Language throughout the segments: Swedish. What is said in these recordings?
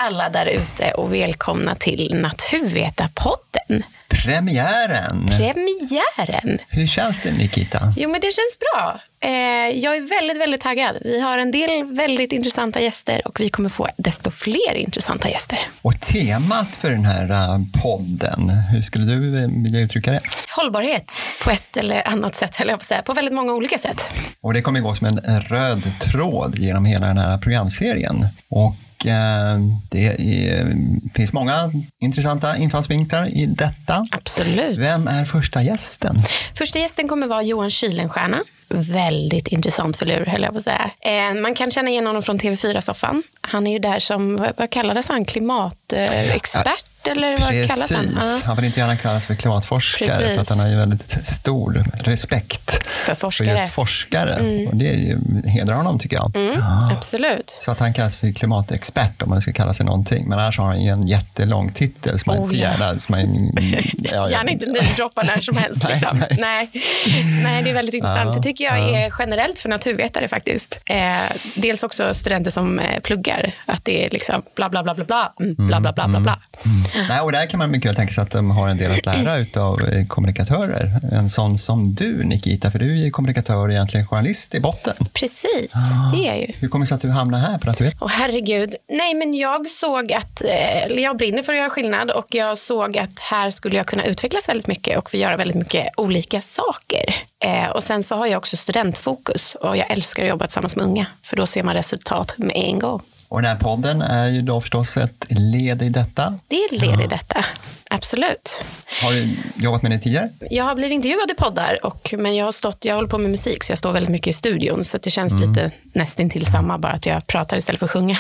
alla där ute och välkomna till Naturvetarpodden. Premiären! Hur känns det, Nikita? Jo, men det känns bra. Jag är väldigt, väldigt taggad. Vi har en del väldigt intressanta gäster och vi kommer få desto fler intressanta gäster. Och temat för den här podden, hur skulle du vilja uttrycka det? Hållbarhet på ett eller annat sätt, eller jag får säga, på väldigt många olika sätt. Och det kommer gå som en röd tråd genom hela den här programserien. Och det finns många intressanta infallsvinklar i detta. Absolut. Vem är första gästen? Första gästen kommer vara Johan Kuylenstierna. Väldigt intressant förlur, höll jag på att säga. Man kan känna igen honom från TV4-soffan. Han är ju där som, vad kallades han? Klimatexpert? Eller vad kallas han? Precis, han vill inte gärna kallas för klimatforskare. För att han har ju väldigt stor respekt för just forskare. Och det hedrar honom, tycker jag. Absolut. Så att han kallas för klimatexpert, om man ska kalla sig någonting. Men annars har han ju en jättelång titel som man inte gärna... Gärna inte namedroppa när som helst. Liksom. Nej, det är väldigt intressant. Det tycker jag är generellt för naturvetare faktiskt. Dels också studenter som pluggar. Att det är liksom bla bla bla bla bla, bla bla bla bla bla. Nej, och där kan man mycket väl tänka sig att de har en del att lära utav kommunikatörer. En sån som du, Nikita, för du är ju kommunikatör och egentligen journalist i botten. Precis, det är ju. Hur kommer det sig att du hamnar här på Naturvetarna? Herregud. Nej, men jag såg att jag brinner för att göra skillnad och jag såg att här skulle jag kunna utvecklas väldigt mycket och få göra väldigt mycket olika saker. Och sen så har jag också studentfokus och jag älskar att jobba tillsammans med unga, för då ser man resultat med en gång. Och den här podden är ju då förstås ett led i detta. Det är ett led i detta, absolut. Har du jobbat med det tidigare? Jag har blivit intervjuad i poddar, men jag håller på med musik så jag står väldigt mycket i studion. Så det känns lite nästintill samma, bara att jag pratar istället för att sjunga.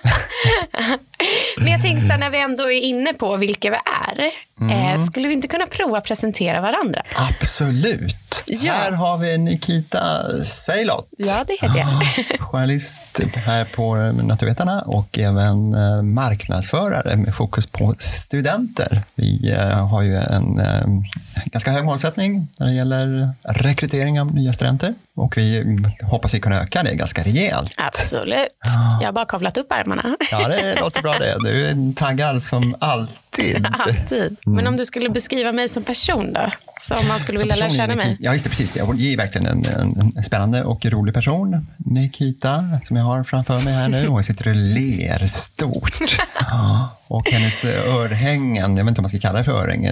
Men jag tänkte när vi ändå är inne på vilka vi är, skulle vi inte kunna prova att presentera varandra? Absolut. Ja. Här har vi Nikita Seilot. Ja, det heter jag. Journalist här på Naturvetarna och även marknadsförare med fokus på studenter. Vi har ju en ganska hög målsättning när det gäller rekrytering av nya studenter. Och vi hoppas vi kunna öka det ganska rejält. Absolut. Jag har bara kavlat upp armarna. Ja, det låter bra det. Du är taggad som alltid. Alltid. Men om du skulle beskriva mig som person då? Som man skulle vilja lära känna mig. Ja, just det, precis. Jag är verkligen en spännande och rolig person. Nikita, som jag har framför mig här nu. Hon sitter och ler stort. Och hennes örhängen, jag vet inte om man ska kalla det för örhängen.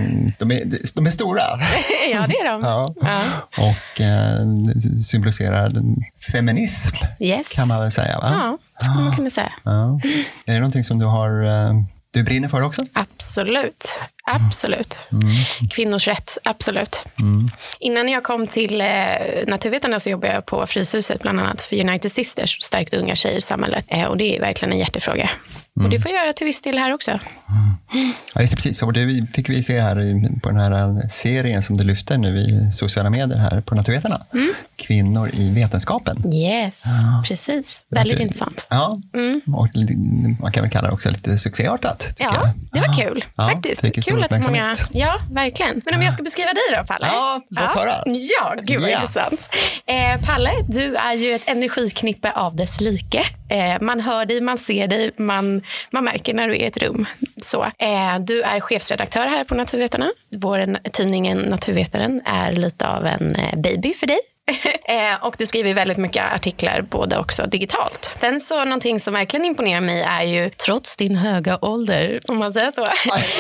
De är stora. Ja, det är de. Ja. Och symboliserar feminism, kan man väl säga, va? Ja, skulle man kunna säga. Ja. Är det någonting som du brinner för också? Absolut. Kvinnors rätt, absolut. Innan jag kom till Naturvetarna så jobbade jag på Fryshuset bland annat för United Sisters och stärkte unga tjejer i samhället. Och det är verkligen en hjärtefråga. Och det får jag göra till viss del här också. Ja, just det, precis. Och det fick vi se här på den här serien som du lyfter nu i sociala medier här på Naturvetarna. Kvinnor i vetenskapen. Yes, precis. Väldigt intressant. Ja, och man kan väl kalla det också lite succéartat. Ja, det var kul. Faktiskt. Kul att så många... Ja, verkligen. Men om jag ska beskriva dig då, Palle? Ja, låt höra. Ja, gud vad intressant. Palle, du är ju ett energiknippe av dess like. Man hör dig, man ser dig, man märker när du är i ett rum. Så, du är chefsredaktör här på Naturvetarna. Tidningen Naturvetaren är lite av en baby för dig. Och du skriver väldigt mycket artiklar både också digitalt. Sen så någonting som verkligen imponerar mig är ju, trots din höga ålder, får man säga så?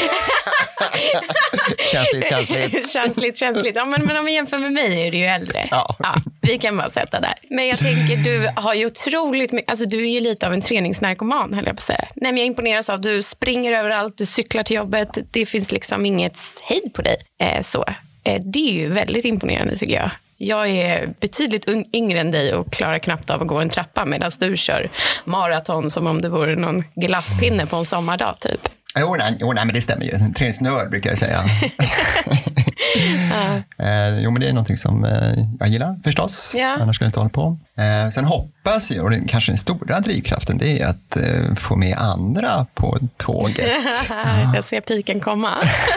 Känsligt. Ja, men om vi jämför med mig är du ju äldre. Ja, vi kan bara sätta där. Men jag tänker, du har ju otroligt mycket, alltså du är ju lite av en träningsnarkoman, höll jag på att säga. Nej, men jag imponeras av, du springer överallt, du cyklar till jobbet, det finns liksom inget hejd på dig. Det är ju väldigt imponerande, tycker jag. Jag är betydligt yngre än dig och klarar knappt av att gå en trappa medan du kör maraton som om det vore någon glasspinne på en sommardag typ. Jo, nej, men det stämmer ju. En träningsnörd brukar jag säga. Jo, men det är någonting som jag gillar förstås. Ja. Annars skulle jag inte hålla på. Sen hoppas jag, och kanske den stora drivkraften, det är att få med andra på tåget. Jag ser piken komma.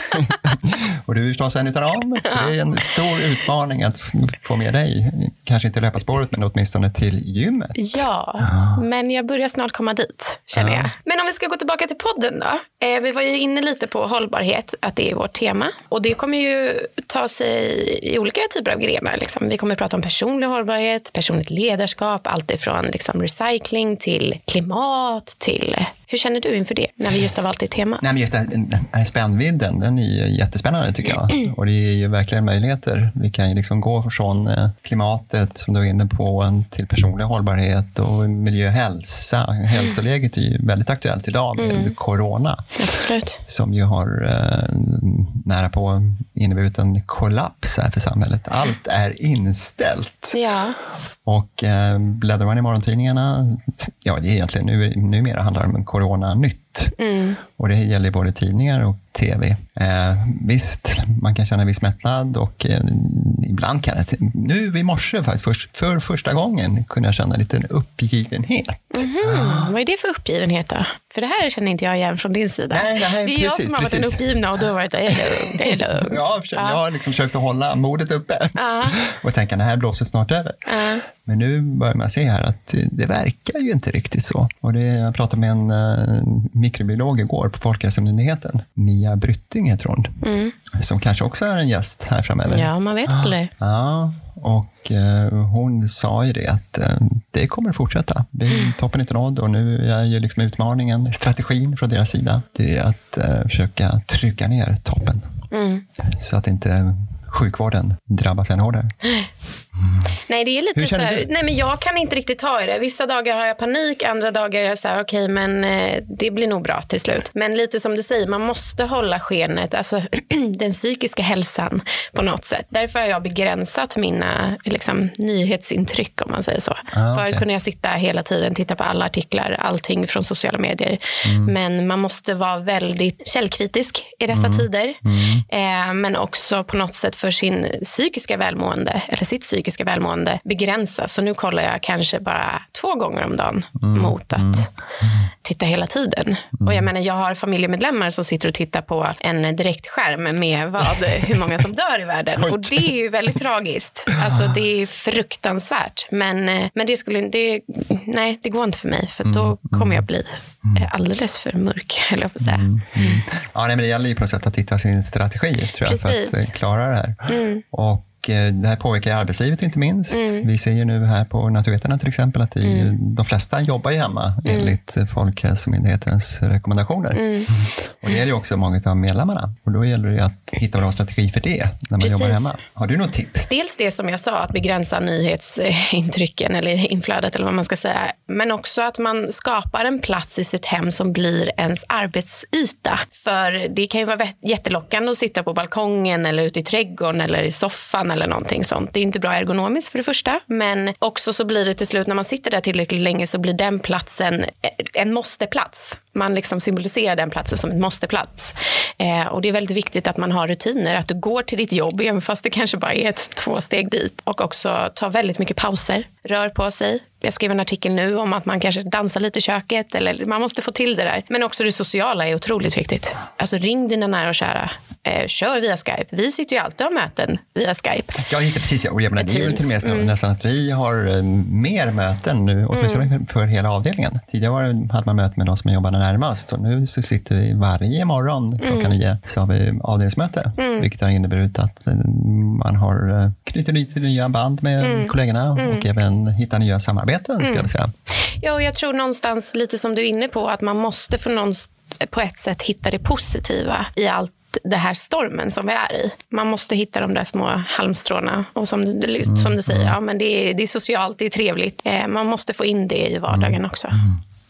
Och du är förstås en utav dem, så det är en stor utmaning att få med dig, kanske inte löparspåret, men åtminstone till gymmet. Ja, men jag börjar snart komma dit, känner jag. Men om vi ska gå tillbaka till podden då. Vi var ju inne lite på hållbarhet, att det är vårt tema. Och det kommer ju ta sig i olika typer av grenar. Liksom. Vi kommer prata om personlig hållbarhet, personligt ledarskap, allt ifrån liksom recycling till klimat till... Hur känner du inför det, när vi just har valt det tema? Nej, men just den här spännvidden, den är ju jättespännande tycker jag. Och det är ju verkligen möjligheter. Vi kan ju liksom gå från klimatet, som du är inne på, till personlig hållbarhet och miljö och hälsa. Hälsoläget är ju väldigt aktuellt idag med corona. Absolut. Som ju har nära på inneburit en kollaps här för samhället. Allt är inställt. Ja. Och bläddrar man i morgontidningarna, ja det är egentligen numera handlar det om corona-nytt. Och det gäller både tidningar och tv. Visst, man kan känna en viss mättnad och ibland kan det... Nu i morse faktiskt, för första gången kunde jag känna en liten uppgivenhet. Mm-hmm. Vad är det för uppgivenhet då? För det här känner inte jag igen från din sida. Nej, det är precis, jag som har varit den uppgivna och du har varit det är lugnt. Jag har liksom försökt att hålla modet uppe och tänka, det här blåser snart över. Men nu börjar man se här att det verkar ju inte riktigt så. Och jag pratade med en mikrobiolog igår på Folkhälsomyndigheten. Mia Brytting heter hon. Som kanske också är en gäst här framöver. Ja, man vet aldrig. Ja, och hon sa ju det att det kommer att fortsätta. Toppen är inte nådd och nu är ju liksom utmaningen, strategin från deras sida, det är att försöka trycka ner toppen. Så att inte sjukvården drabbas än hårdare. Nej, det är lite så här, nej men jag kan inte riktigt ta i det. Vissa dagar har jag panik, andra dagar är jag så här, okej, men det blir nog bra till slut. Men lite som du säger, man måste hålla skenet, alltså den psykiska hälsan på något sätt. Därför har jag begränsat mina liksom, nyhetsintryck, om man säger så. Förut kunde jag sitta hela tiden, titta på alla artiklar, allting från sociala medier. Men man måste vara väldigt källkritisk i dessa tider. Men också på något sätt för sin psykiska välmående, eller sitt psykiska välmående begränsas. Så nu kollar jag kanske bara 2 gånger om dagen mot att titta hela tiden. Och jag menar, jag har familjemedlemmar som sitter och tittar på en direktskärm med hur många som dör i världen. Och det är ju väldigt tragiskt. Alltså det är fruktansvärt. Men det går inte för mig. För då kommer jag bli alldeles för mörk, eller jag får säga. Ja, nej, men det gäller ju på något sätt att hitta sin strategi, tror jag, för att klara det här. Och det här påverkar arbetslivet inte minst. Vi ser ju nu här på Naturvetarna till exempel att de flesta jobbar ju hemma enligt Folkhälsomyndighetens rekommendationer. Och det gäller ju också många av medlemmarna. Och då gäller det ju att hitta bra strategi för det när man jobbar hemma. Har du något tips? Dels det som jag sa, att begränsa nyhetsintrycken eller inflödet eller vad man ska säga. Men också att man skapar en plats i sitt hem som blir ens arbetsyta. För det kan ju vara jättelockande att sitta på balkongen eller ute i trädgården eller i soffan eller någonting sånt. Det är inte bra ergonomiskt för det första, men också så blir det till slut, när man sitter där tillräckligt länge, så blir den platsen en måsteplats. Man liksom symboliserar den platsen som en måsteplats. Och det är väldigt viktigt att man har rutiner, att du går till ditt jobb, även fast det kanske bara är 2 steg dit, och också ta väldigt mycket pauser, rör på sig. Jag skrev en artikel nu om att man kanske dansar lite i köket, eller man måste få till det där. Men också det sociala är otroligt viktigt. Alltså ring dina nära och kära. Kör via Skype. Vi sitter ju alltid och har möten via Skype. Ja, just det, precis. Och jag menar, det är ju till och med nästan att vi har mer möten nu, åtminstone för hela avdelningen. Tidigare hade man möten med de som jobbade närmast, och nu så sitter vi varje morgon klockan 9 så har vi avdelningsmöte, vilket har inneburit att man har knutit lite nya band med kollegorna och även hittat nya samarbeten, ska jag säga. Ja, och jag tror någonstans, lite som du är inne på, att man måste på ett sätt hitta det positiva i allt det här stormen som vi är i. Man måste hitta de där små halmstråna, och som du säger, ja, men det är socialt, det är trevligt. Man måste få in det i vardagen också.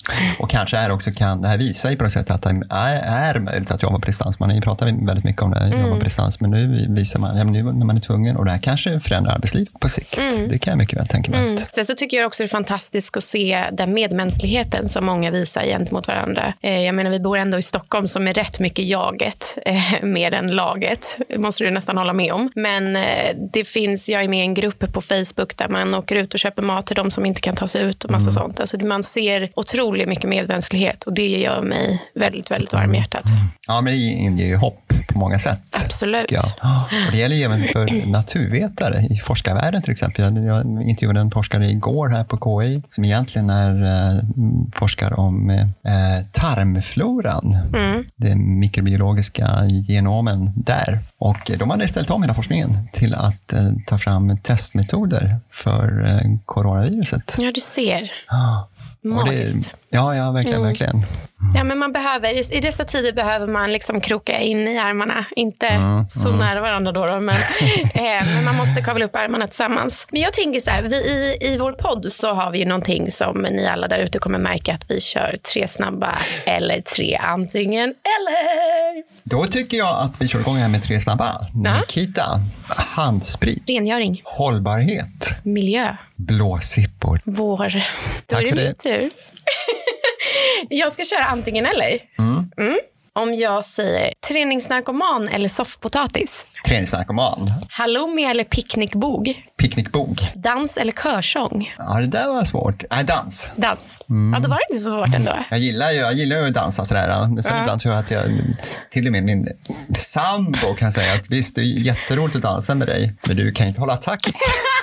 Och kanske kan det här visa på något sätt att det är möjligt att jobba på distans. Man har ju pratat väldigt mycket om det, jobba på distans, men nu visar man, nu när man är tvungen, och det här kanske förändrar arbetslivet på sikt. Det kan jag mycket väl tänka mig. Sen så tycker jag också det är fantastiskt att se den medmänskligheten som många visar gentemot varandra. Jag menar, vi bor ändå i Stockholm som är rätt mycket jaget, mer än laget, måste du nästan hålla med om. Men det finns, jag är med i en grupp på Facebook där man åker ut och köper mat till de som inte kan ta sig ut och massa sånt. Alltså man ser otroligt mycket medmänsklighet, och det gör mig väldigt, väldigt varm i hjärtat. Ja, men det inger ju hopp på många sätt. Absolut. Och det gäller även för naturvetare i forskarvärlden till exempel. Jag intervjuade en forskare igår här på KI som egentligen forskar om tarmfloran, den mikrobiologiska genomen där. Och de hade ställt om hela forskningen till att ta fram testmetoder för coronaviruset. Ja, du ser. Magiskt. Ja, verkligen. Ja, men man behöver, i dessa tider behöver man liksom kroka in i armarna. Inte så nära varandra då, men man måste kavla upp armarna tillsammans. Men jag tänker så här, i vår podd så har vi ju någonting som ni alla där ute kommer märka, att vi kör 3 snabba eller 3 antingen eller. Då tycker jag att vi kör igång här med 3 snabba. Nikita, handsprit. Rengöring. Hållbarhet. Miljö. Blåsippor. Vår. Då Tack är det min tur. Jag ska köra antingen eller. Om jag säger träningsnarkoman eller soffpotatis. Träningsnarkoman. Halloumi eller picknickbog. Picknickbog. Dans eller körsång. Ja, det där var svårt. Nej, dans. Dans. Ja, då var det inte så svårt ändå. Jag gillar ju att dansa sådär. Men sen ibland tror jag att till och med min sambo kan säga att visst, det är jätteroligt att dansa med dig, men du kan inte hålla takt.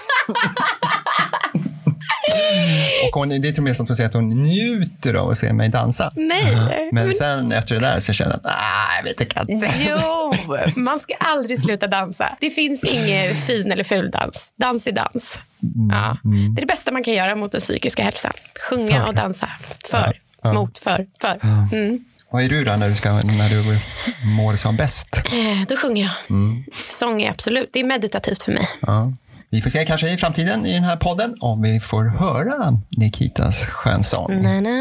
Och det är till och med som att säga att hon njuter av att se mig dansa. Nej. Men sen efter det där så känner jag att jag vet inte. Jo, man ska aldrig sluta dansa. Det finns ingen fin eller ful dans. Dans är dans. Ja. Det är det bästa man kan göra mot den psykiska hälsan. Sjunga och dansa. Mot. Vad är du då när du mår som bäst? Då sjunger jag. Sång är absolut, det är meditativt för mig. Ja. Vi får se kanske i framtiden i den här podden om vi får höra Nikitas skönsång.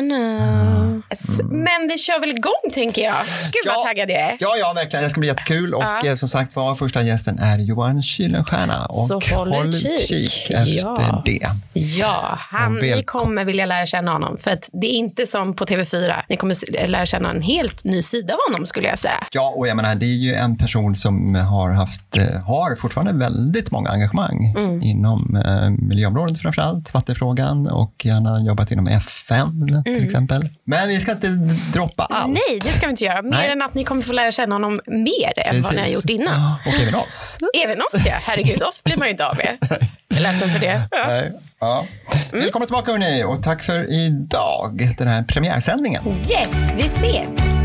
Men vi kör väl igång, tänker jag. Gud vad taggad jag är. Ja, verkligen. Det ska bli jättekul. Och som sagt var, första gästen är Johan Kuylenstierna. Och så håll kik efter det. Ja, ni kommer vilja lära känna honom. För att det är inte som på TV4. Ni kommer lära känna en helt ny sida av honom, skulle jag säga. Ja, och jag menar, det är ju en person som har fortfarande väldigt många engagemang. Inom miljöområdet framförallt, vattenfrågan, och han har jobbat inom FN till exempel. Men vi ska inte droppa allt. Nej, det ska vi inte göra. Mer än att ni kommer få lära känna honom mer än vad ni har gjort innan. Och även oss. Även oss, ja. Herregud, oss blir man ju inte av med. Jag är ledsen för det. Ja. Välkommen tillbaka, hörni, och tack för idag, den här premiärsändningen. Yes, vi ses!